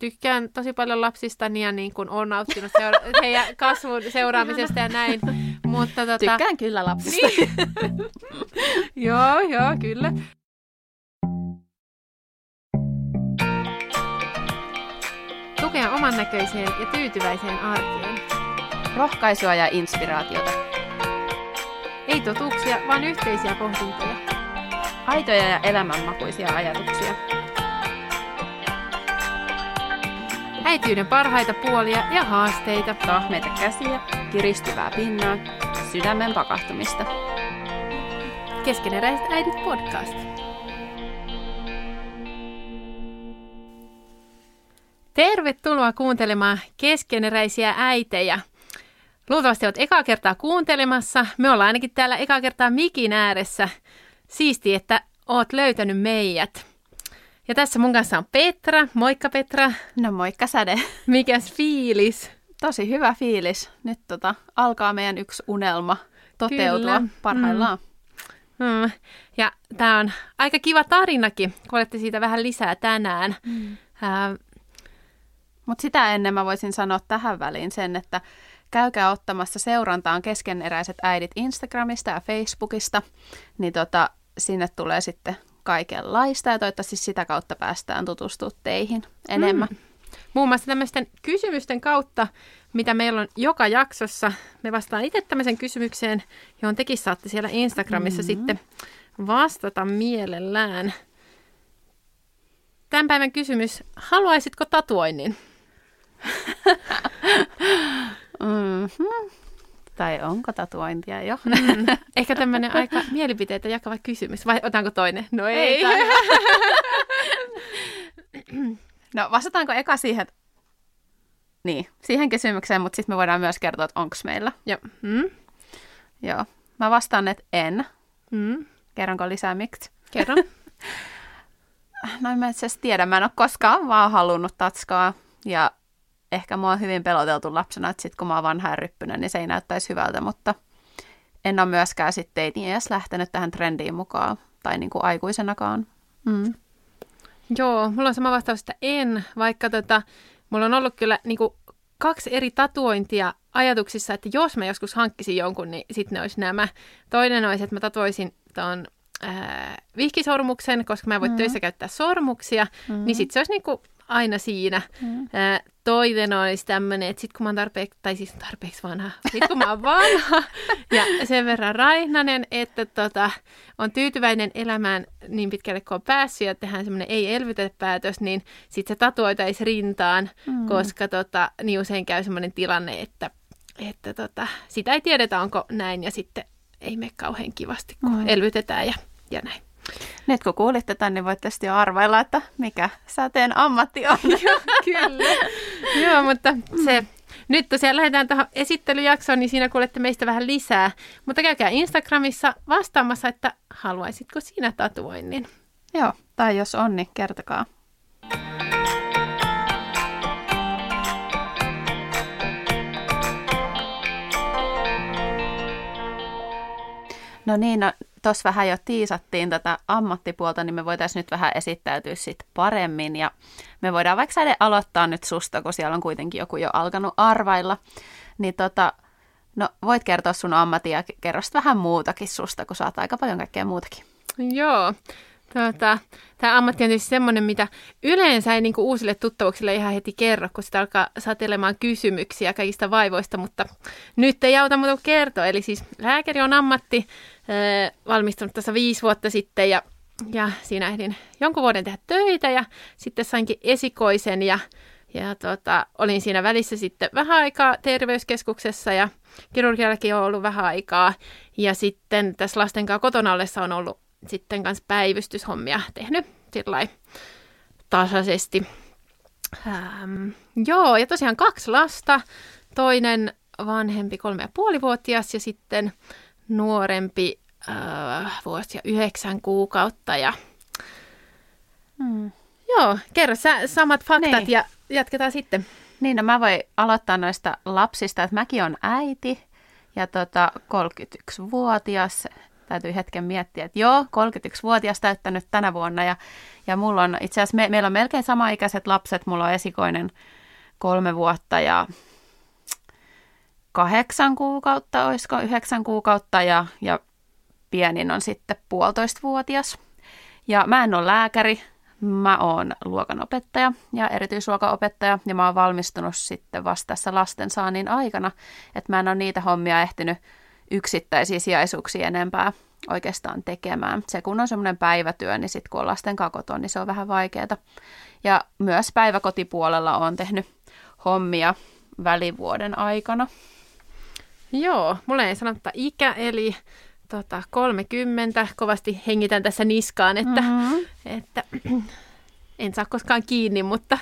tykkään tosi paljon lapsistani ja niin kuin olen nauttinut heidän kasvun seuraamisesta ja näin. Mutta tykkään kyllä lapsista. Niin. Joo, kyllä. Tukea oman näköiseen ja tyytyväiseen arkeen. Rohkaisua ja inspiraatiota. Ei totuuksia, vaan yhteisiä pohdintoja. Aitoja ja elämänmakuisia ajatuksia. Äitiyden parhaita puolia ja haasteita. Tahmeita käsiä, kiristyvää pinnaa, sydämen pakahtumista. Keskeneräiset äidit podcast. Tervetuloa kuuntelemaan Keskeneräisiä äitejä. Luultavasti olet ekaa kertaa kuuntelemassa. Me ollaan ainakin täällä ekaa kertaa mikin ääressä. Siistiä, että oot löytänyt meidät. Ja tässä mun kanssa on Petra. Moikka Petra. No moikka Säde. Mikäs fiilis? Tosi hyvä fiilis. Nyt alkaa meidän yksi unelma toteutua Kyllä. Parhaillaan. Ja tää on aika kiva tarinakin. Kuulette siitä vähän lisää tänään. Mutta sitä ennen mä voisin sanoa tähän väliin sen, että käykää ottamassa seurantaan Keskeneräiset äidit Instagramista ja Facebookista, niin sinne tulee sitten kaikenlaista ja toivottavasti sitä kautta päästään tutustumaan teihin enemmän. Muun muassa tämmöisten kysymysten kautta, mitä meillä on joka jaksossa. Me vastaan itse tämmöisen kysymykseen, johon tekin saatte siellä Instagramissa sitten vastata mielellään. Tämän päivän kysymys, haluaisitko tatuoinnin? Tai onko tatuointia jo? Ehkä tämmöinen aika mielipiteitä jakava kysymys. Vai otanko toinen? No ei. No vastataanko eka siihen, siihen kysymykseen, mutta sitten me voidaan myös kertoa, että onko meillä. Joo. Joo. Mä vastaan, että en. Kerronko lisää miksi? Kerro. No en mä itse asiassa tiedä. Mä en ole koskaan vaan halunnut tatskaa. Ja ehkä mua on hyvin peloteltu lapsena, että sit kun mä oon vanha ja ryppynen, niin se ei näyttäisi hyvältä. Mutta en ole myöskään sitten edes lähtenyt tähän trendiin mukaan. Tai niin kuin aikuisenakaan. Joo, mulla on sama vastaus, että en. Vaikka mulla on ollut kyllä niin kuin 2 eri tatuointia ajatuksissa, että jos mä joskus hankkisin jonkun, niin sitten ne olisi nämä. Toinen olisi, että mä tatuoisin ton vihkisormuksen, koska mä en voi töissä käyttää sormuksia, niin sitten se olisi niin kuin aina siinä. Toinen olisi tämmöinen, että sitten kun mä oon tarpeeksi vanha, sitten kun mä oon vanha ja sen verran raihnainen, että on tyytyväinen elämään niin pitkälle kuin on päässyt ja tehdään semmoinen ei-elvytä-päätös, niin sitten se tatuoitaisi rintaan, koska niin usein käy semmoinen tilanne, että sitä ei tiedetä, onko näin ja sitten ei mene kauhean kivasti, kun elvytetään ja näin. Nyt kun kuulitte tämän, niin voitte sitten jo arvailla, että mikä säteen ammatti on. Kyllä. Joo, mutta nyt tosiaan lähdetään tuohon esittelyjaksoon, niin siinä kuulette meistä vähän lisää. Mutta käykää Instagramissa vastaamassa, että haluaisitko sinä tatuoinnin? Joo, tai jos on, niin kertokaa. No niin, tuossa vähän jo tiisattiin tätä ammattipuolta, niin me voitaisiin nyt vähän esittäytyä sit paremmin. Ja me voidaan vaikka Säde aloittaa nyt susta, kun siellä on kuitenkin joku jo alkanut arvailla. Niin no voit kertoa sun ammatin ja kerro vähän muutakin susta, kun saat aika paljon kaikkea muutakin. Joo. Tämä ammatti on tietysti semmoinen, mitä yleensä ei niinku uusille tuttavuuksille ihan heti kerro, kun sitä alkaa satelemaan kysymyksiä kaikista vaivoista, mutta nyt ei auta muuta kertoa. Eli siis lääkäri on ammatti, valmistunut tässä 5 vuotta sitten ja siinä ehdin jonkun vuoden tehdä töitä ja sitten sainkin esikoisen ja olin siinä välissä sitten vähän aikaa terveyskeskuksessa ja kirurgiallakin on ollut vähän aikaa ja sitten tässä lasten kanssa kotona ollessa on ollut sitten kanssa päivystyshommia tehnyt sillai tasaisesti. Joo, ja tosiaan 2 lasta. Toinen vanhempi 3,5-vuotias ja sitten nuorempi vuosi ja 9 kuukautta. Ja Joo, kerro sä samat faktat ja jatketaan sitten. Niin, no mä voin aloittaa noista lapsista, että mäkin on äiti ja 31-vuotias. täytyy hetken miettiä, että 31-vuotias täyttänyt tänä vuonna ja mulla on itse asiassa, meillä on melkein samaikäiset lapset, mulla on esikoinen 3 vuotta ja 8 kuukautta, olisiko 9 kuukautta ja pienin on sitten 1,5-vuotias. Ja mä en ole lääkäri, mä oon luokanopettaja ja erityisluokanopettaja ja mä oon valmistunut sitten vasta tässä lastensaannin aikana, että mä en ole niitä hommia ehtinyt yksittäisiä sijaisuuksia enempää oikeastaan tekemään. Se kun on semmoinen päivätyö, niin sitten kun on lasten kakoton, niin se on vähän vaikeaa. Ja myös päiväkotipuolella oon tehnyt hommia välivuoden aikana. Joo, mulle ei sanota ikä, eli 30, kovasti hengitän tässä niskaan, että en saa koskaan kiinni, mutta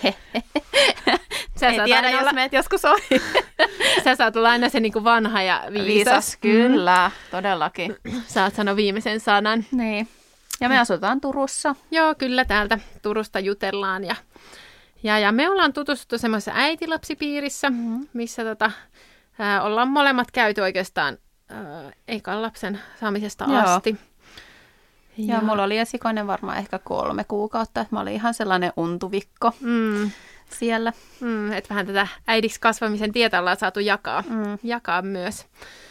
ei tiedä, jos meet joskus ohi. Sä saat olla aina se niin kuin vanha ja viisas. Kyllä, todellakin. Saat sanoa viimeisen sanan. Niin. Ja me asutaan Turussa. Joo, kyllä täältä Turusta jutellaan ja me ollaan tutustuttu semmoisessa äitilapsipiirissä, missä ollaan molemmat käyty oikeastaan ekan lapsen saamisesta asti. Ja mulla oli esikoinen varmaan ehkä 3 kuukautta, että mä olin ihan sellainen untuvikko siellä. Että vähän tätä äidiksi kasvamisen tietä ollaan saatu jakaa myös.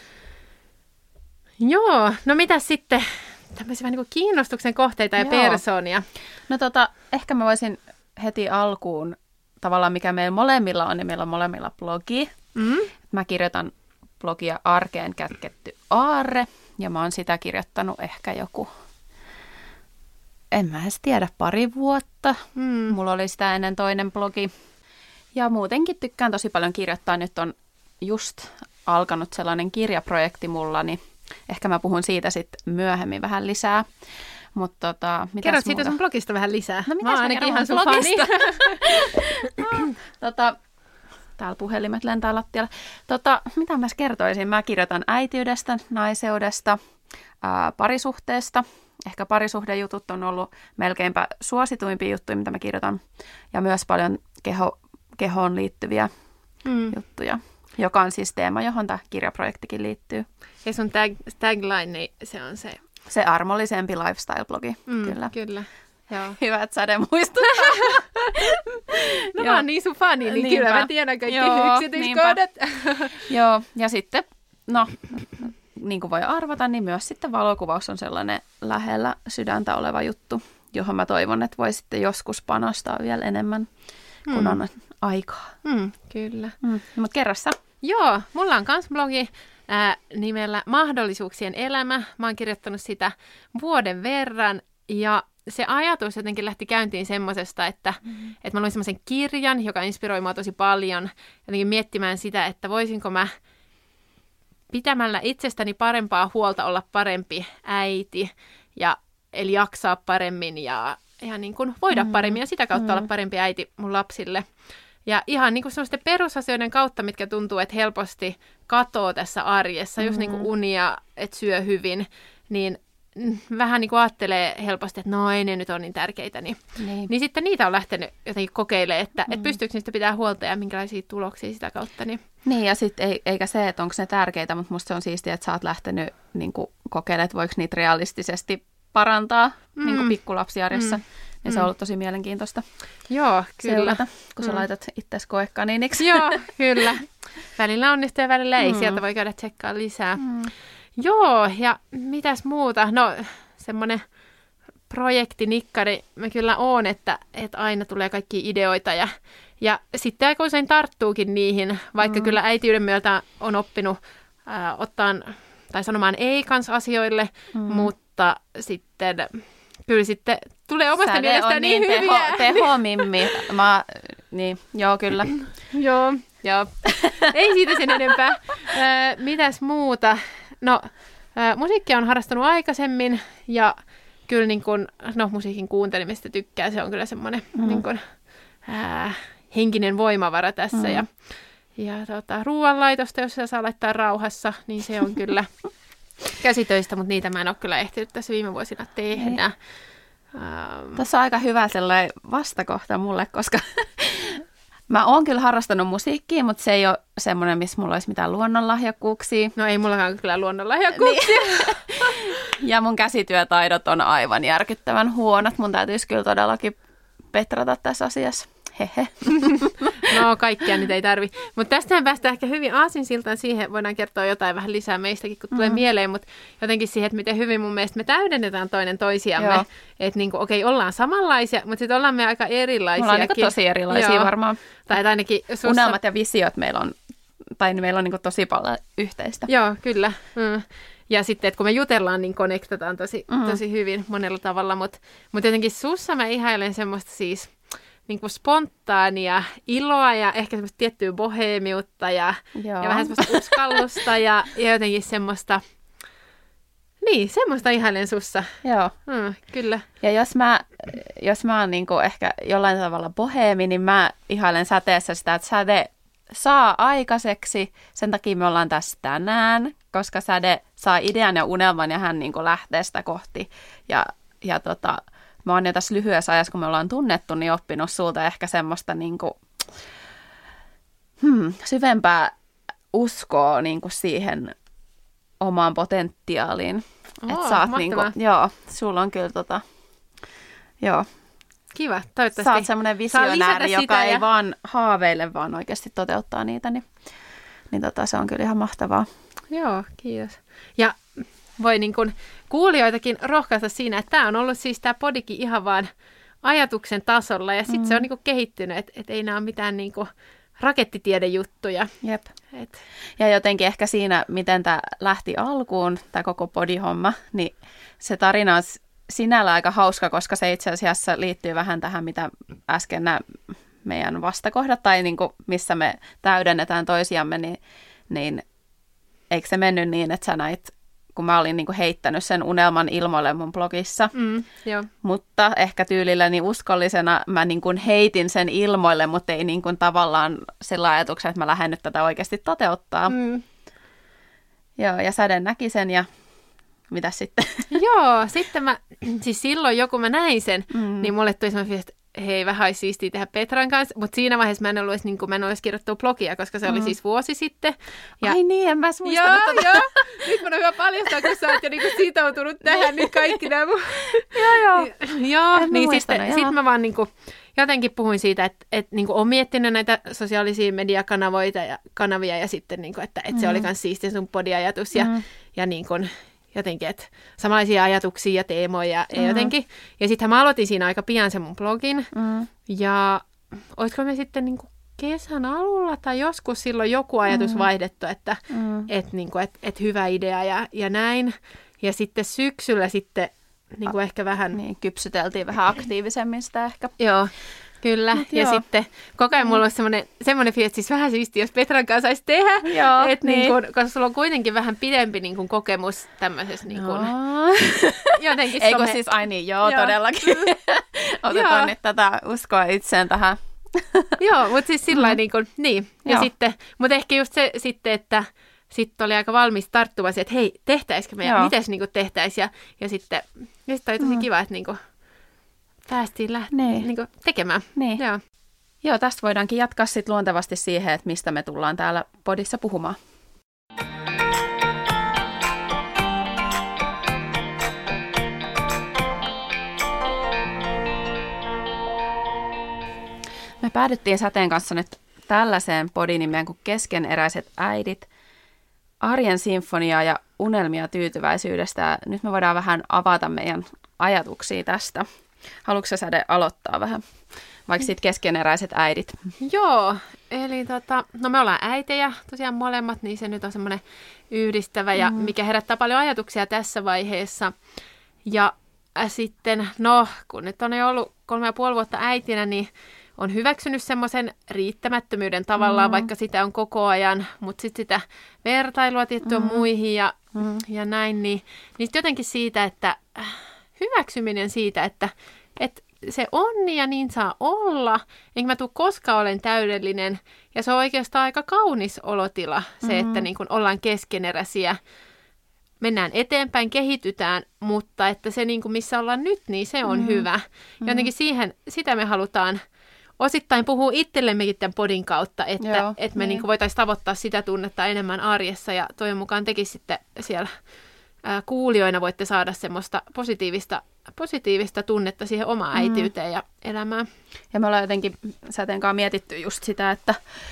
Joo, no mitä sitten tämmöisiä vähän niin kuin kiinnostuksen kohteita ja persoonia? No ehkä mä voisin heti alkuun, tavallaan mikä meillä molemmilla on, niin meillä on molemmilla blogi. Mä kirjoitan blogia Arkeen kätketty aarre, ja mä oon sitä kirjoittanut ehkä joku, en mä edes tiedä, 2 vuotta. Mulla oli sitä ennen toinen blogi. Ja muutenkin tykkään tosi paljon kirjoittaa. Nyt on just alkanut sellainen kirjaprojekti mulla, niin ehkä mä puhun siitä sitten myöhemmin vähän lisää. Mutta kerrot siitä sun blogista vähän lisää. No mä oon ainakin ihan sun fani. Täällä puhelimet lentää lattialle. Mitä mä kertoisin? Mä kirjoitan äitiydestä, naiseudesta, parisuhteesta. Ehkä parisuhdejutut on ollut melkeinpä suosituimpia juttuja, mitä mä kirjoitan. Ja myös paljon kehoon liittyviä juttuja, joka on siis teema, johon tämä kirjaprojektikin liittyy. Ja sun tagline, niin se on se... Se armollisempi lifestyle-blogi, kyllä. Kyllä. Joo. Hyvät sädemuistuttaa. No mä oon niin sun fani, niin kyllä mä tiedän kaikki yksityiskohdat. Joo, ja sitten, niin kuin voi arvata, niin myös sitten valokuvaus on sellainen lähellä sydäntä oleva juttu, johon mä toivon, että voi sitten joskus panostaa vielä enemmän, kun on aikaa. Kyllä. Mutta kerro sä. Joo, mulla on kans blogi nimellä Mahdollisuuksien elämä. Mä oon kirjoittanut sitä vuoden verran ja se ajatus jotenkin lähti käyntiin semmosesta, että mä luin semmoisen kirjan, joka inspiroi mua tosi paljon. Jotenkin miettimään sitä, että voisinko mä pitämällä itsestäni parempaa huolta olla parempi äiti, eli jaksaa paremmin ja niin kuin voida paremmin ja sitä kautta olla parempi äiti mun lapsille. Ja ihan niin kuin semmoisten perusasioiden kautta, mitkä tuntuu, että helposti katoo tässä arjessa, just niin kuin unia, että syö hyvin, niin vähän niin kuin ajattelee helposti, että no ei ne nyt ole niin tärkeitä, niin sitten niitä on lähtenyt jotenkin kokeilemaan, että pystyykö niistä pitää huolta ja minkälaisia tuloksia sitä kautta. Niin ja sitten eikä se, että onko ne tärkeitä, mutta musta se on siistiä, että sä oot lähtenyt niin kuin kokeilemaan, että voiko niitä realistisesti parantaa niin kuin pikkulapsiarjessa. Ja se on ollut tosi mielenkiintoista. Joo, kyllä. Seurata, kun sä laitat itsesi koekaniiniksi. Joo, kyllä. Välillä onnistuu ja välillä ei. Sieltä voi käydä tsekkaa lisää. Joo, ja mitäs muuta? No, semmoinen projektinikkari mä kyllä oon, että aina tulee kaikki ideoita. Ja sitten aika usein tarttuukin niihin, vaikka kyllä äitiyden myötä on oppinut ottaan tai sanomaan ei kans asioille, mutta sitten... Kyllä sitten tulee omasta mielestä niin hyviä. Tehomimmi. Joo, kyllä. Joo. Ei siitä sen enempää. Mitäs muuta? No, musiikkia on harrastanut aikaisemmin ja kyllä niin kun, musiikin kuuntelemista tykkää. Se on kyllä semmoinen niin kun, henkinen voimavara tässä. Ja ruoanlaitosta, jos se saa laittaa rauhassa, niin se on kyllä... käsitöistä, mutta niitä mä en ole kyllä ehtinyt tässä viime vuosina tehdä. Tässä on aika hyvä sellainen vastakohta mulle, koska mä oon kyllä harrastanut musiikkia, mutta se ei ole semmoinen, missä mulla olisi mitään luonnonlahjakkuuksia. No ei mullakaan kyllä luonnonlahjakkuuksia. Ja mun käsityötaidot on aivan järkyttävän huonot. Mun täytyisi kyllä todellakin petrata tässä asiassa. Hehe. No kaikkia nyt ei tarvi. Mutta tästähän päästään ehkä hyvin aasinsiltaan siihen. Voidaan kertoa jotain vähän lisää meistäkin, kun tulee mieleen. Mutta jotenkin siihen, että miten hyvin mun mielestä me täydennetään toinen toisiamme. Että niinku, okei, ollaan samanlaisia, mutta sitten ollaan me aika erilaisiakin. Me ollaan niinku tosi erilaisia varmaan. Tai ainakin unelmat ja visiot meillä on, tai meillä on niinku tosi paljon yhteistä. Joo, kyllä. Ja sitten, että kun me jutellaan, niin konektataan tosi hyvin monella tavalla. Mutta jotenkin sussa mä ihailen semmoista siis niin kuin spontaania iloa ja ehkä semmoista tiettyä boheemiutta ja vähän semmoista uskallusta ja jotenkin semmoista, semmoista ihailen sussa. Joo. Kyllä. Ja jos mä oon niin kuin ehkä jollain tavalla boheemi, niin mä ihailen säteessä sitä, että säde saa aikaiseksi. Sen takia me ollaan tässä tänään, koska säde saa idean ja unelman ja hän niin kuin lähtee sitä kohti. Ja mä oon jo tässä lyhyessä ajassa, kun me ollaan tunnettu, niin oppinut sulta ehkä semmoista niin kuin, syvempää uskoa niin kuin siihen omaan potentiaaliin. Että sä oot niin kuin, sulla on kyllä joo. Kiva, toivottavasti. Sä oot semmoinen visionääri, joka ei vaan haaveile, vaan oikeasti toteuttaa niitä, niin se on kyllä ihan mahtavaa. Joo, kiitos. Ja voi niin kuin kuulijoitakin rohkaista siinä, että tämä on ollut siis tämä podikin ihan vaan ajatuksen tasolla ja sitten se on niin kuin kehittynyt, että ei nämä ole mitään niin kuin rakettitiedejuttuja. Jep. Ja jotenkin ehkä siinä, miten tämä lähti alkuun, tämä koko podihomma, niin se tarina on sinällä aika hauska, koska se itse asiassa liittyy vähän tähän, mitä äsken nämä meidän vastakohdat tai niin kuin missä me täydennetään toisiamme, niin eikö se mennyt niin, että sä näit, kun mä olin niin kuin heittänyt sen unelman ilmoille mun blogissa, joo. Mutta ehkä tyylilläni uskollisena mä niin kuin heitin sen ilmoille, mutta ei niin kuin tavallaan sillä ajatuksella, että mä lähden nyt tätä oikeasti toteuttaa. Joo, ja Säde näki sen ja mitäs sitten? Joo, sitten siis silloin joku mä näin sen, niin mulle tuli semmoinen, että hei, vähän olisi siistiä tehdä Petran kanssa, mutta siinä vaiheessa mä en ollut edes kirjoittanut blogia, koska se oli siis vuosi sitten. Ja ai niin, en mä muistanut. Joo, nyt mun on hyvä paljastaa, kun sä oot jo niinku sitoutunut tähän, niin kaikki nämä mun... Joo, niin sitten mä vaan niinku jotenkin puhuin siitä, että niinku olen miettinyt näitä sosiaalisia kanavia ja sitten niinku, että se oli myös siistiä sun podiajatus ja niinku jotenkin, että samanlaisia ajatuksia ja teemoja ja jotenkin. Ja sittenhän mä aloitin siinä aika pian sen mun blogin. Ja olisiko me sitten niin kuin kesän alulla tai joskus silloin joku ajatus vaihdettu, että niinku, et hyvä idea ja näin. Ja sitten syksyllä sitten niin kuin ehkä vähän... Niin, kypsyteltiin vähän aktiivisemmin sitä ehkä. Joo. Kyllä, ja sitten koko ajan mulla on semmoinen fiilis, siis vähän siistiä, jos Petran kanssa saisi tehdä, että niin kun, koska sulla on kuitenkin vähän pidempi niin kun kokemus tämmöisessä niin kun, jotenkin eikö siis, todellakin. Otetaan nyt tätä uskoa itseen tähän. Joo, mutta siis sillä niin kuin, niin. Ja sitten, mutta ehkä just se sitten, että sitten oli aika valmis tarttuvasi, että hei, tehtäisikö me, ja mites niin tehtäisiin, ja sitten oli tosi kiva, että niin kuin, päästiin niin kuin tekemään. Niin. Joo, tästä voidaankin jatkaa sitten luontevasti siihen, että mistä me tullaan täällä podissa puhumaan. Me päädyttiin Säteen kanssa nyt tällaiseen podinimeen kuin Keskeneräiset äidit, arjen sinfoniaa ja unelmia tyytyväisyydestä. Ja nyt me voidaan vähän avata meidän ajatuksia tästä. Haluatko sä, Säde, aloittaa vähän, vaikka sitten Keskeneräiset äidit? Joo, eli no me ollaan äitejä tosiaan molemmat, niin se nyt on semmoinen yhdistävä ja mikä herättää paljon ajatuksia tässä vaiheessa. Ja sitten, no kun nyt on jo ollut 3,5 vuotta äitinä, niin on hyväksynyt semmoisen riittämättömyyden tavallaan, vaikka sitä on koko ajan, mutta sitten sitä vertailua tiettyä muihin ja näin, niin jotenkin siitä, että hyväksyminen siitä, että se on ja niin saa olla, enkä mä tule koskaan olen täydellinen, ja se on oikeastaan aika kaunis olotila, se, että niin kun ollaan keskeneräisiä, mennään eteenpäin, kehitytään, mutta että se, niin kun missä ollaan nyt, niin se on hyvä. Jotenkin sitä me halutaan osittain puhua itsellemmekin tämän podin kautta, että me niin voitaisiin tavoittaa sitä tunnetta enemmän arjessa, ja toivon mukaan tekisi sitten siellä kuulijoina voitte saada semmoista positiivista tunnetta siihen omaan äitiyteen ja elämään. Ja me ollaan jotenkin Säteen kanssa mietitty just sitä, että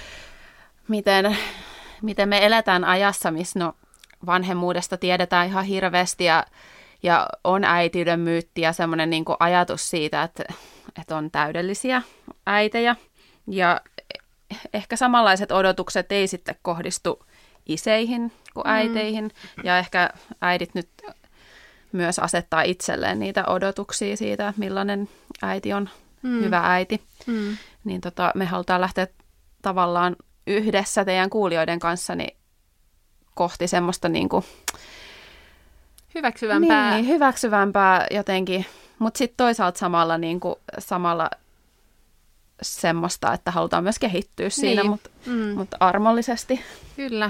miten me eletään ajassa, missä vanhemmuudesta tiedetään ihan hirveästi ja on äitiyden myytti ja semmoinen niin kuin ajatus siitä, että on täydellisiä äitejä. Ja ehkä samanlaiset odotukset ei sitten kohdistu iseihin kuin äiteihin. Ja ehkä äidit nyt myös asettaa itselleen niitä odotuksia siitä, millainen äiti on hyvä äiti. Niin me halutaan lähteä tavallaan yhdessä teidän kuulijoiden kanssa kohti semmoista niinku hyväksyvämpää jotenkin, mutta sitten toisaalta samalla semmoista, että halutaan myös kehittyä siinä, mutta armollisesti. Kyllä.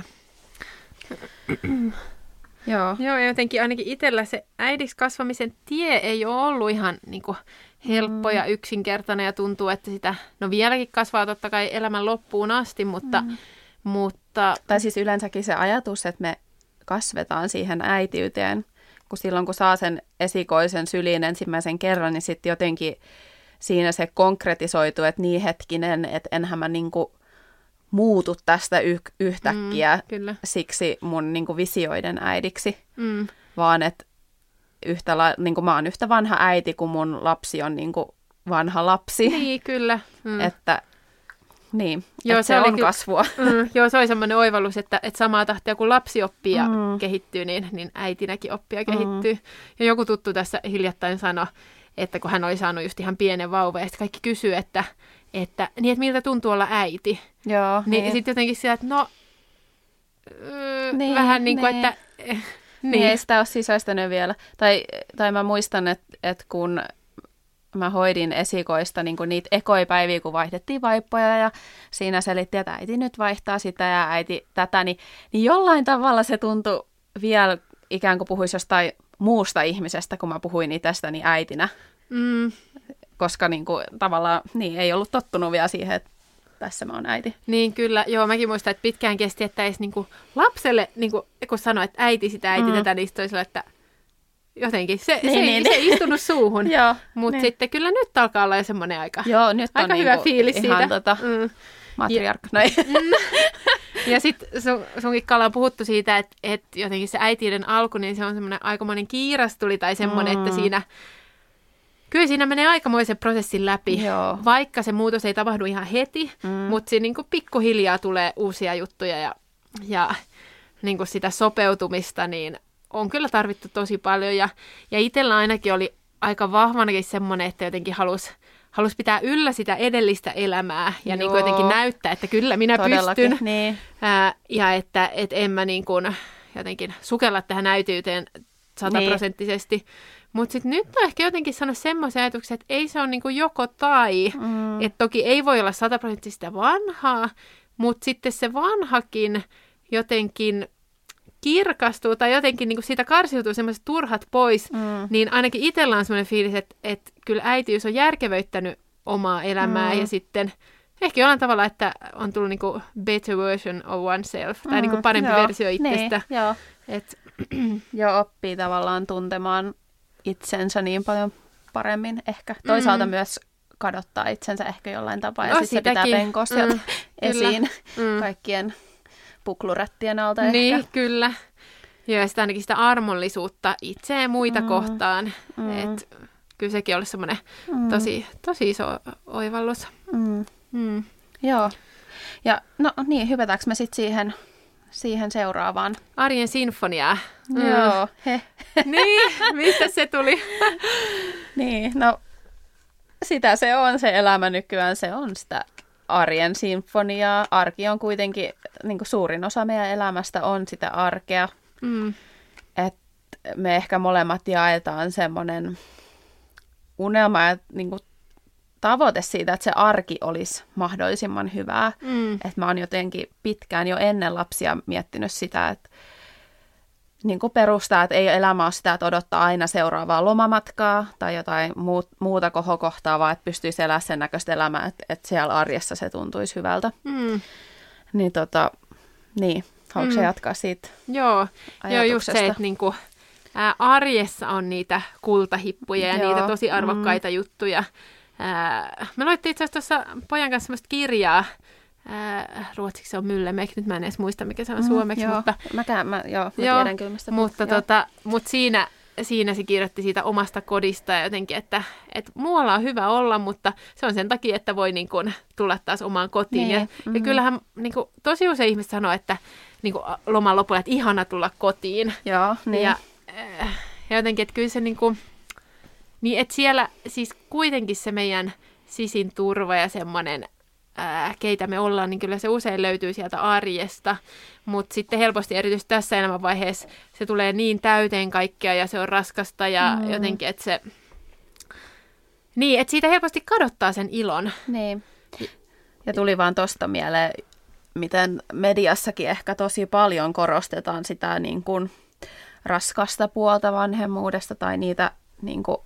Joo, ja jotenkin ainakin itsellä se äidiksi kasvamisen tie ei ole ollut ihan niinku helppo ja yksinkertainen ja tuntuu, että sitä vieläkin kasvaa totta kai elämän loppuun asti, mutta... Tai siis yleensäkin se ajatus, että me kasvetaan siihen äitiyteen, kun silloin kun saa sen esikoisen syliin ensimmäisen kerran, niin sitten jotenkin siinä se konkretisoituu, että niin hetkinen, että enhän mä niinku muutu tästä yhtäkkiä siksi mun niinku visioiden äidiksi, vaan että niinku mä oon yhtä vanha äiti, kuin mun lapsi on niinku vanha lapsi. Niin, kyllä. Että joo, se on kasvua. Joo, se oli semmoinen oivallus, että samaa tahtia kun lapsi oppii ja kehittyy, niin äitinäkin oppii ja kehittyy. Ja joku tuttu tässä hiljattain sanoi, että kun hän oli saanut just ihan pienen vauvan, ja sitten kaikki kysyy, että miltä tuntuu olla äiti. Joo, niin. Sitten jotenkin sillä, että vähän niin kuin, että... Niin, ei sitä ole sisäistänyt vielä. Tai mä muistan, että kun mä hoidin esikoista niin niitä ekoja päiviä, kun vaihdettiin vaippoja ja siinä selitti, että äiti nyt vaihtaa sitä ja äiti tätä, niin jollain tavalla se tuntui vielä ikään kuin puhuisi jostain muusta ihmisestä, kun mä puhuin itsestäni äitinä. Koska niin kuin, tavallaan ei ollut tottunut vielä siihen, että tässä mä oon äiti. Niin kyllä, joo, mäkin muistan, että pitkään kesti, että edes niinku lapselle, niinku, kun sanoi, että äiti sitä, äiti tätä, niin toisella, että jotenkin se ei istunut suuhun. Mutta sitten kyllä nyt alkaa olla jo semmoinen aika hyvä fiilis ihan siitä. Matriarkka. Ja sitten sunkin Kalla on puhuttu siitä, että jotenkin se äitiyden alku, niin se on semmoinen aikamoinen kiirastuli tai semmoinen, että kyllä siinä menee aikamoisen prosessin läpi, vaikka se muutos ei tapahdu ihan heti, mutta siinä niin pikkuhiljaa tulee uusia juttuja ja niin sitä sopeutumista, niin on kyllä tarvittu tosi paljon. Ja itsellä ainakin oli aika vahvanakin semmoinen, että jotenkin halusi pitää yllä sitä edellistä elämää ja niin jotenkin näyttää, että kyllä minä pystyn. Niin. Ja että en mä niin kuin jotenkin sukella tähän äitiyteen 100%. Mutta sitten nyt on ehkä jotenkin sanoa semmoisen ajatuksen, että ei se ole niinku joko tai. Että toki ei voi olla 100% vanhaa, mutta sitten se vanhakin jotenkin kirkastuu tai jotenkin niinku siitä karsiutuu semmoiset turhat pois. Niin ainakin itsellä on semmoinen fiilis, että kyllä äitiys on järkevöittänyt omaa elämää ja sitten ehkä jollain tavalla, että on tullut niinku better version of oneself tai niinku parempi versio itsestä. Joo, oppii tavallaan tuntemaan itsensä niin paljon paremmin ehkä. Toisaalta myös kadottaa itsensä ehkä jollain tapaa. Ja sitten se pitää penkoa sieltä esiin kaikkien puklurättien alta ehkä. Niin, kyllä. Ja sitä ainakin sitä armollisuutta itseä ja muita kohtaan. Et kyllä sekin olisi semmoinen tosi iso oivallus. Joo. Ja no niin, hypätäänkö me sitten siihen seuraavaan? Arjen sinfoniaa. Joo. Niin, mistä se tuli? Niin, no sitä se on se elämä nykyään, se on sitä arjen sinfoniaa. Arki on kuitenkin, niin kuin suurin osa meidän elämästä on sitä arkea. Että me ehkä molemmat jaetaan semmoinen unelma ja niin kuin tavoite siitä, että se arki olisi mahdollisimman hyvää. Että mä oon jotenkin pitkään jo ennen lapsia miettinyt sitä, että niin kuin perustaa, että ei elämä ole sitä, että odottaa aina seuraavaa lomamatkaa tai jotain muuta kohokohtaa, vaan että pystyisi elämään sen näköistä elämää, että siellä arjessa se tuntuisi hyvältä. Niin, haluatko jatkaa siitä Joo, just se, että niinku, arjessa on niitä kultahippuja ja niitä tosi arvokkaita juttuja. Me luettiin itse asiassa tuossa pojan kanssa semmoista kirjaa. Ruotsiksi se on Myllemek, nyt mä en edes muista, mikä se on suomeksi. Joo. Mutta, mä tiedän kyllä, mistä mutta siinä se kirjoitti siitä omasta kodista ja jotenkin, että muualla on hyvä olla, mutta se on sen takia, että voi niin kuin tulla taas omaan kotiin. Niin. Ja kyllähän niin kuin, tosi usein ihmiset sanoo, että niin kuin loman lopulla, että ihana tulla kotiin. Joo, niin. Ja jotenkin, että kyllä se niin kuin, niin että siellä siis kuitenkin se meidän sisin turva ja semmoinen, keitä me ollaan, niin kyllä se usein löytyy sieltä arjesta, mutta sitten helposti erityisesti tässä elämänvaiheessa se tulee niin täyteen kaikkea ja se on raskasta ja jotenkin, että se, niin, että siitä helposti kadottaa sen ilon. Niin, ja tuli vaan tosta mieleen, miten mediassakin ehkä tosi paljon korostetaan sitä niin kuin raskasta puolta vanhemmuudesta tai niitä niin kuin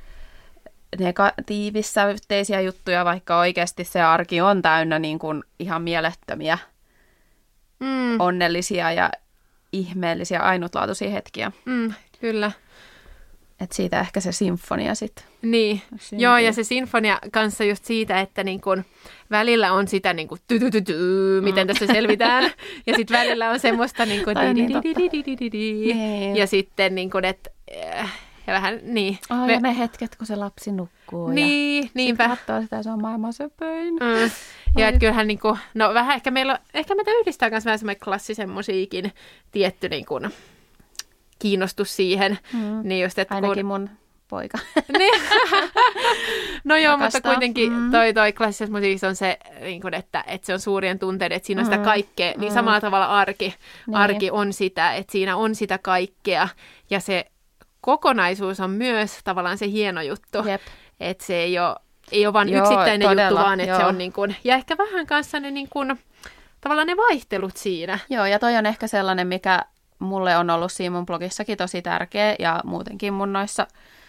negatiivissävytteisiä juttuja, vaikka oikeasti se arki on täynnä niin kuin ihan mielettömiä, onnellisia ja ihmeellisiä, ainutlaatuisia hetkiä. Kyllä. Et siitä ehkä se sinfonia sitten. Niin, joo, ja se sinfonia kanssa just siitä, että niin kun välillä on sitä niin kun miten tässä selvitään, ja sitten välillä on semmoista niin kun ja sitten niin kun, että ja vähän, niin. Ja ne hetket, kun se lapsi nukkuu. Niin, ja niinpä. sitten katsoo sitä, se on maailman söpöin. Ja että kyllähän niinku, no vähän ehkä meitä yhdistää myös vähän semmoinen klassisen musiikin tietty niinku kiinnostus siihen. Niin just, että ainakin mun poika. Niin. No joo, mutta kuitenkin toi klassisessa musiikissa on se, niinku, että se on suurien tunteiden, että siinä on sitä kaikkea. Niin samalla tavalla arki on sitä, että siinä on sitä kaikkea. Ja se kokonaisuus on myös tavallaan se hieno juttu. Että se ei ole vain yksittäinen juttu, vaan että se on niin kuin, ja ehkä vähän kanssa ne, niin kuin, tavallaan ne vaihtelut siinä. Joo, ja toi on ehkä sellainen, mikä mulle on ollut siinä mun blogissakin tosi tärkeä ja muutenkin mun noissa,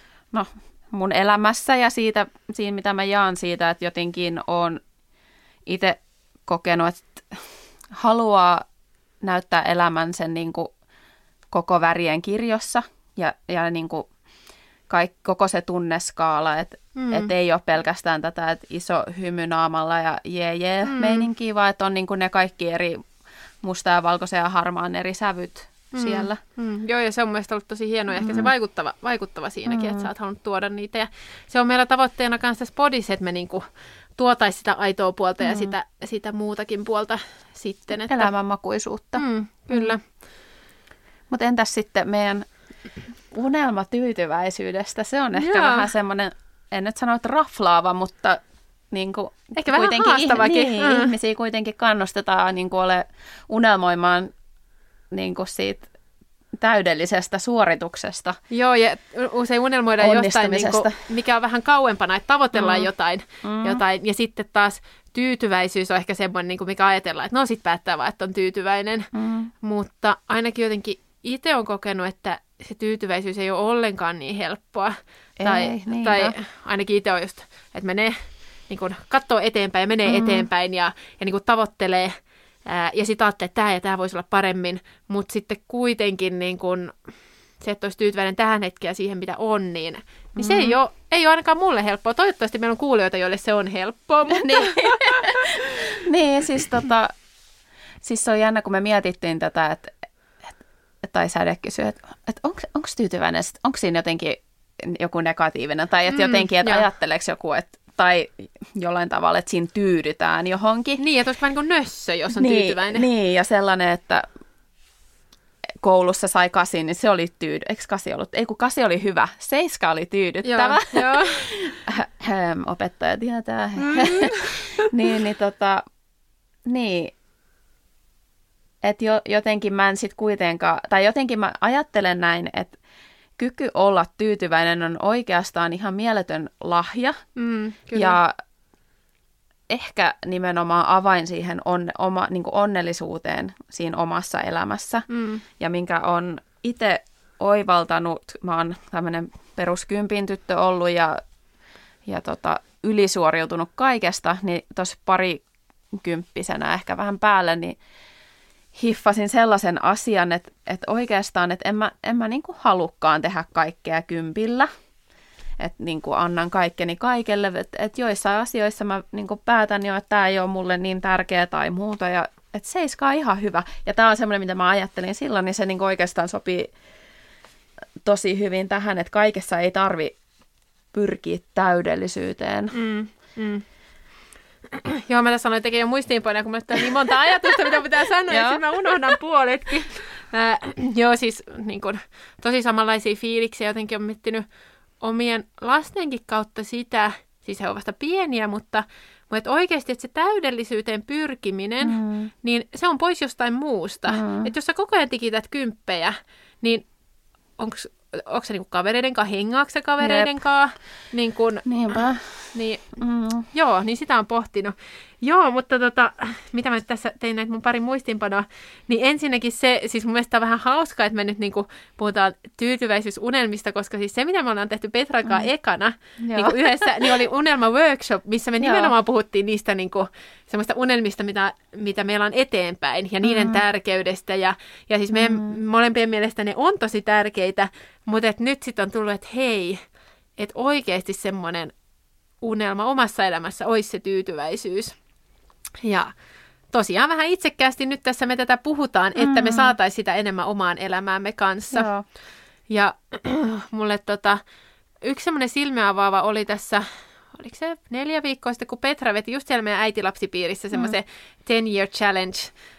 mun elämässä ja siinä mitä mä jaan siitä, että jotenkin on itse kokenut, että haluaa näyttää elämän sen niin kuin koko värien kirjossa ja niin kuin koko se tunneskaala, että ei ole pelkästään tätä, että iso hymy naamalla ja meininkiä, vaan että on niin kuin ne kaikki eri musta ja valkoisen ja harmaan eri sävyt siellä. Joo, ja se on mielestäni ollut tosi hienoa, ehkä se vaikuttava siinäkin, että sä oot halunnut tuoda niitä. Ja se on meillä tavoitteena kanssa tässä podissa, että me niinku tuotaisiin sitä aitoa puolta ja sitä muutakin puolta sitten. Että elämänmakuisuutta. Kyllä. Mutta entäs sitten meidän unelmatyytyväisyydestä? Se on ehkä vähän semmoinen, en nyt sano, että raflaava, mutta niin kuin ehkä vähän haastavakin. Ihmisiä kuitenkin kannustetaan niin kuin unelmoimaan niin kuin siitä täydellisestä suorituksesta. Joo, ja usein unelmoidaan jostain, niin kuin, mikä on vähän kauempana, että tavoitellaan jotain. Ja sitten taas tyytyväisyys on ehkä semmoinen, niin kuin mikä ajatellaan, että no sit päättää vaan, että on tyytyväinen. Mutta ainakin jotenkin itse olen kokenut, että se tyytyväisyys ei ole ollenkaan niin helppoa. Tai ainakin itse on just, että menee, niin kuin katsoo eteenpäin ja menee eteenpäin ja niin kuin tavoittelee. Ja sitten ajattelee, että tämä ja tämä voisi olla paremmin, mutta sitten kuitenkin niin kun, se, että olisi tyytyväinen tähän hetkeen siihen, mitä on, niin se ei ole ainakaan mulle helppoa. Toivottavasti meillä on kuulijoita, joille se on helppoa. Mutta... niin, siis se on jännä, kun me mietittiin tätä, tai Säde kysyi, että onko tyytyväinen, onko siinä jotenkin joku negatiivinen, tai että jotenkin, että ajatteleeko joku, että tai jollain tavalla, että siinä tyydytään johonkin. Niin, että olisi vähän niin kuin nössö, jos on tyytyväinen. Niin, ja sellainen, että koulussa sai 8, niin se oli eikö 8 ollut? Ei, kun 8 oli hyvä. 7 oli tyydyttävä. Joo. Opettaja tietää. Niin. Että jotenkin mä en sit kuitenkaan, tai jotenkin mä ajattelen näin, että kyky olla tyytyväinen on oikeastaan ihan mieletön lahja. Kyllä. Ja ehkä nimenomaan avain siihen niin kuin onnellisuuteen siinä omassa elämässä. Ja minkä on itse oivaltanut, mä oon tämmöinen peruskympin tyttö ollut ja ylisuoriutunut kaikesta, niin tuossa parikymppisenä ehkä vähän päälle, niin hiffasin sellaisen asian, että oikeastaan, että en mä niin kuin halukkaan tehdä kaikkea kympillä. Että niin kuin annan kaikkeni kaikelle. Että joissain asioissa mä niin kuin päätän jo, että tämä ei ole mulle niin tärkeä tai muuta. Ja että 7 on ihan hyvä. Ja tämä on semmoinen, mitä mä ajattelin silloin, niin se niin kuin oikeastaan sopii tosi hyvin tähän, että kaikessa ei tarvi pyrkiä täydellisyyteen. Joo, mä tässä sanoin, että tekee jo muistiinpanoja, kun mä on niin monta ajatusta, mitä pitää sanoa, ja sitten mä unohdan puoletkin. Joo, siis niin kun, tosi samanlaisia fiiliksiä jotenkin on miettinyt omien lastenkin kautta sitä, siis he ovat vasta pieniä, mutta oikeasti, että se täydellisyyteen pyrkiminen, niin se on pois jostain muusta. Että jos sä koko ajan tikität kymppejä, niin onko se niinku kavereiden kanssa, hengaako se kavereiden kanssa? Niin kun, niinpä. Niin, joo, niin sitä on pohtinut. Joo, mutta mitä mä tässä tein näitä mun pari muistinpanoa, niin ensinnäkin se, siis mun mielestä on vähän hauskaa, että me nyt niinku puhutaan tyytyväisyysunelmista, koska siis se, mitä me ollaan tehty Petrakaan ekana niinku yhdessä, niin oli unelma-workshop, missä me nimenomaan puhuttiin niistä niinku semmoista unelmista, mitä meillä on eteenpäin ja niiden tärkeydestä. Ja siis meidän molempien mielestä ne on tosi tärkeitä, mutta et nyt sitten on tullut, että hei, että oikeasti semmoinen unelma omassa elämässä olisi se tyytyväisyys. Ja tosiaan vähän itsekkäästi nyt tässä me tätä puhutaan, että me saataisiin sitä enemmän omaan elämäämme kanssa. Joo. Ja mulle yksi semmoinen silmiavaava oli tässä, oliko se 4 viikkoa sitten, kun Petra veti just siellä meidän äitilapsipiirissä semmoisen 10-year challenge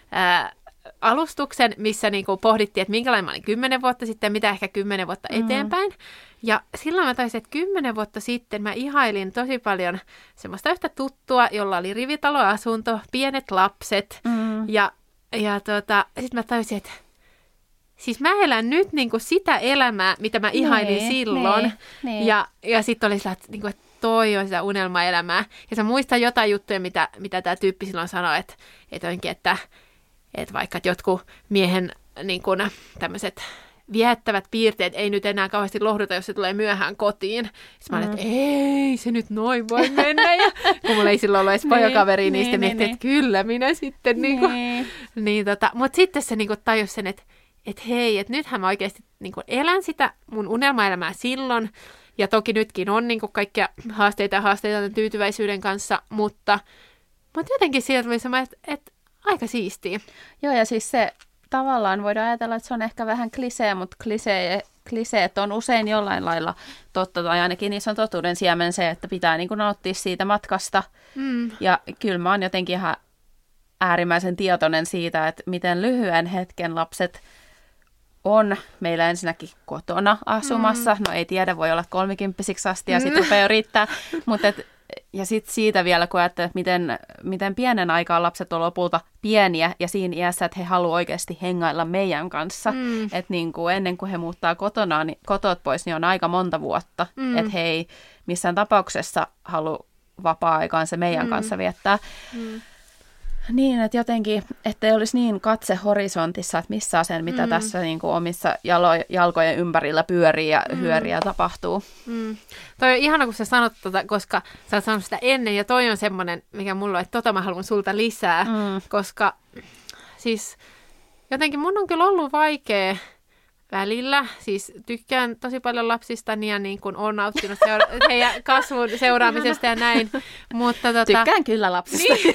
alustuksen, missä niinku pohdittiin, että minkälainen mä olin 10 vuotta sitten, mitä ehkä 10 vuotta eteenpäin. Ja silloin mä taisin, että 10 vuotta sitten mä ihailin tosi paljon semmoista yhtä tuttua, jolla oli rivitaloasunto, pienet lapset. Ja sitten mä taisin, että siis mä elän nyt niinku sitä elämää, mitä mä ihailin silloin. Niin. Ja sitten oli sillä, että toi on sitä unelmaelämää. Ja sä muistat jotain juttuja, mitä tämä tyyppi silloin sanoi, että vaikka jotkut miehen niin kun, tämmöiset viehättävät piirteet ei nyt enää kauheasti lohduta, jos se tulee myöhään kotiin. Sitten mä olin, että ei se nyt noin voi mennä. Ja kun mulla ei silloin ollut edes pojokaveri, niin sitten miettii, että kyllä minä sitten. Mutta sitten se tajusi sen, että hei, että nythän mä oikeasti elän sitä mun unelmaelämää silloin. Ja toki nytkin on kaikkia haasteita tyytyväisyyden kanssa, mutta jotenkin siitä tuli semmoinen, että aika siistiä. Joo, ja siis se tavallaan voidaan ajatella, että se on ehkä vähän klisee, mutta kliseet on usein jollain lailla totta, tai ainakin niissä on totuuden siemen se, että pitää nauttia siitä matkasta. Ja kyllä mä oon jotenkin ihan äärimmäisen tietoinen siitä, että miten lyhyen hetken lapset on meillä ensinnäkin kotona asumassa. No ei tiedä, voi olla 30 asti ja sitten rupeaa riittää, mutta ja sitten siitä vielä, kun ajattelee, että miten pienen aikaa lapset on lopulta pieniä ja siinä iässä, että he haluavat oikeasti hengailla meidän kanssa. Että ennen kuin he muuttaa kotot pois, niin on aika monta vuotta. Että he ei missään tapauksessa halua vapaa-aikaansa meidän kanssa viettää. Niin, että jotenkin, ettei olisi niin katse horisontissa, että missä on sen, mitä tässä omissa jalkojen ympärillä pyörii ja hyöriä tapahtuu. Toi on ihana, kun sä sanot koska sä oot sanonut sitä ennen, ja toi on semmoinen, mikä mulla on, että mä haluan sulta lisää, koska siis jotenkin mun on kyllä ollut vaikea välillä. Siis tykkään tosi paljon lapsistani ja niin kuin on nauttinut heidän kasvun seuraamisesta ja näin. Mutta tykkään kyllä lapsista. Niin.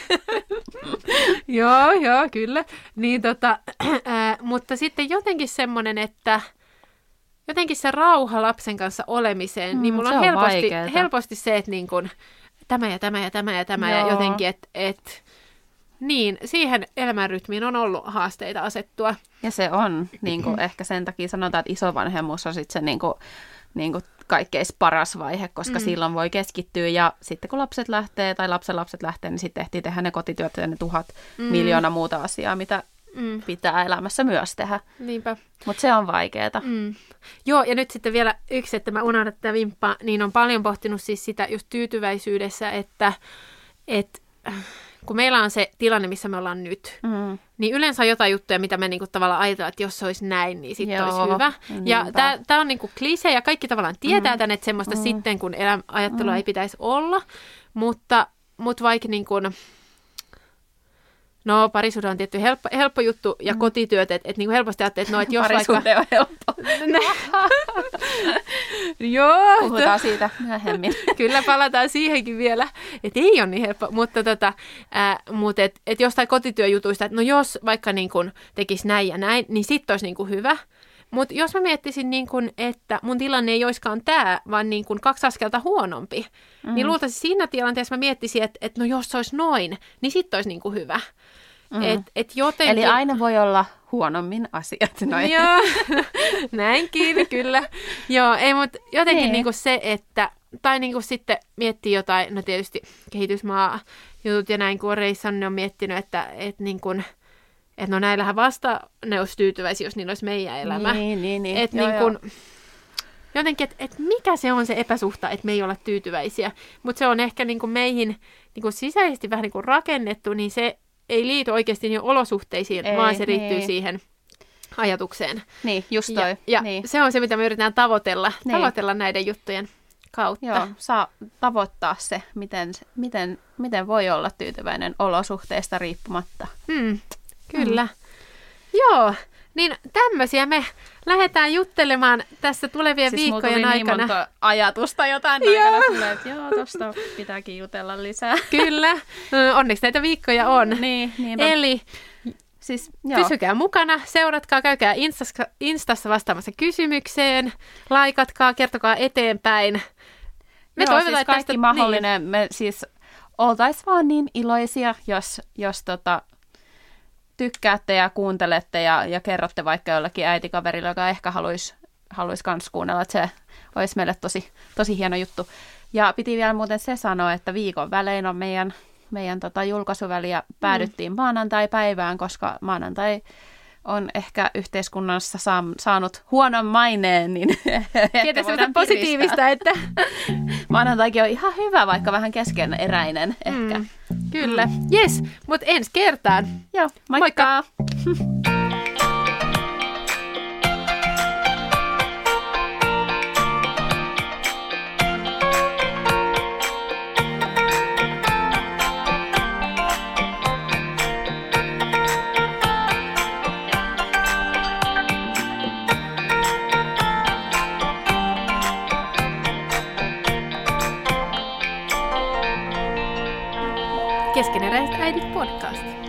joo, kyllä. Niin, mutta sitten jotenkin semmoinen, että jotenkin se rauha lapsen kanssa olemiseen, niin mulla on helposti se, että niin kuin, tämä ja tämä ja tämä ja tämä ja jotenkin, että niin, siihen elämänrytmiin on ollut haasteita asettua. Ja se on, ehkä sen takia sanotaan, että isovanhemmuus on sitten se kaikkein paras vaihe, koska silloin voi keskittyä. Ja sitten kun lapset lähtee tai lapsenlapset lähtee, niin sitten tehtiin tehdä ne kotityöt ja ne 1000 miljoonaa muuta asiaa, mitä pitää elämässä myös tehdä. Niinpä. Mutta se on vaikeeta. Joo, ja nyt sitten vielä yksi, että mä unohdan tätä vimppaa, niin on paljon pohtinut siis sitä just tyytyväisyydessä, että kun meillä on se tilanne, missä me ollaan nyt, niin yleensä on jotain juttuja, mitä me tavallaan ajatellaan, että jos se olisi näin, niin sitten olisi hyvä. Ja tämä on klisee, ja kaikki tavallaan tietää tämän, että semmoista sitten, kun ajattelua ei pitäisi olla. Mutta vaikka No, parisuhde on tietty helppo juttu ja kotityöt, että niinku helposti ajattelee, että no, että jos parisuhde vaikka... on helppo. Joo. Puhutaan siitä myöhemmin. Kyllä palataan siihenkin vielä, että ei ole niin helppo, mutta et jostain kotityöjutuista, että no jos vaikka niin kun tekisi näin ja näin, niin sitten olisi niin kun hyvä. Mutta jos mä miettisin, niin kun, että mun tilanne ei olisikaan tämä, vaan niin kun 2 askelta huonompi, niin luultavasti siinä tilanteessa mä miettisin, että no jos se olisi noin, niin sitten olisi niin kun hyvä. Et jotenkin... Eli aina voi olla huonommin asiat. Noin. Joo, näinkin, kyllä. Joo, ei, mutta jotenkin niinku se, että... Tai niinku sitten miettii jotain, no tietysti kehitysmaa-jutut ja näin, kun on reissannut, ne on miettinyt, että no näillähän vasta ne olisi tyytyväisiä, jos niillä olisi meidän elämä. Niin. Että jotenkin, että mikä se on se epäsuhta, että me ei olla tyytyväisiä. Mutta se on ehkä niinku meihin niinku sisäisesti vähän niinku rakennettu, niin se ei liity oikeasti niin olosuhteisiin, vaan se liittyy siihen ajatukseen. Niin, just toi. Ja niin. se on se, mitä me yritetään tavoitella näiden juttujen kautta. Joo, saa tavoittaa se, miten voi olla tyytyväinen olosuhteista riippumatta. Kyllä. Joo, niin tämmöisiä me lähdetään juttelemaan tässä tulevien viikkojen aikana. Niin monta ajatusta jotain aikana, että joo, tosta pitääkin jutella lisää. Kyllä, onneksi näitä viikkoja on. Niin. Eli siis, pysykää mukana, seuratkaa, käykää Instassa vastaamassa kysymykseen, laikatkaa, kertokaa eteenpäin. Me toivotaan, siis kaikki tästä, mahdollinen. Niin. Me siis oltaisiin vaan niin iloisia, jos tykkäätte ja kuuntelette ja kerrotte vaikka jollekin äitikaverille, joka ehkä haluaisi kans kuunnella, että se olisi meille tosi hieno juttu. Ja piti vielä muuten se sanoa, että viikon välein on meidän julkaisuväli ja päädyttiin maanantai-päivään, koska maanantai on ehkä yhteiskunnassa saanut huonon maineen, niin ehkä voidaan positiivista, että maanantaikin on ihan hyvä, vaikka vähän keskeneräinen ehkä. Kyllä, jes, mutta ensi kertaan. Joo, moikka! Keskeneräiset äidit podcast.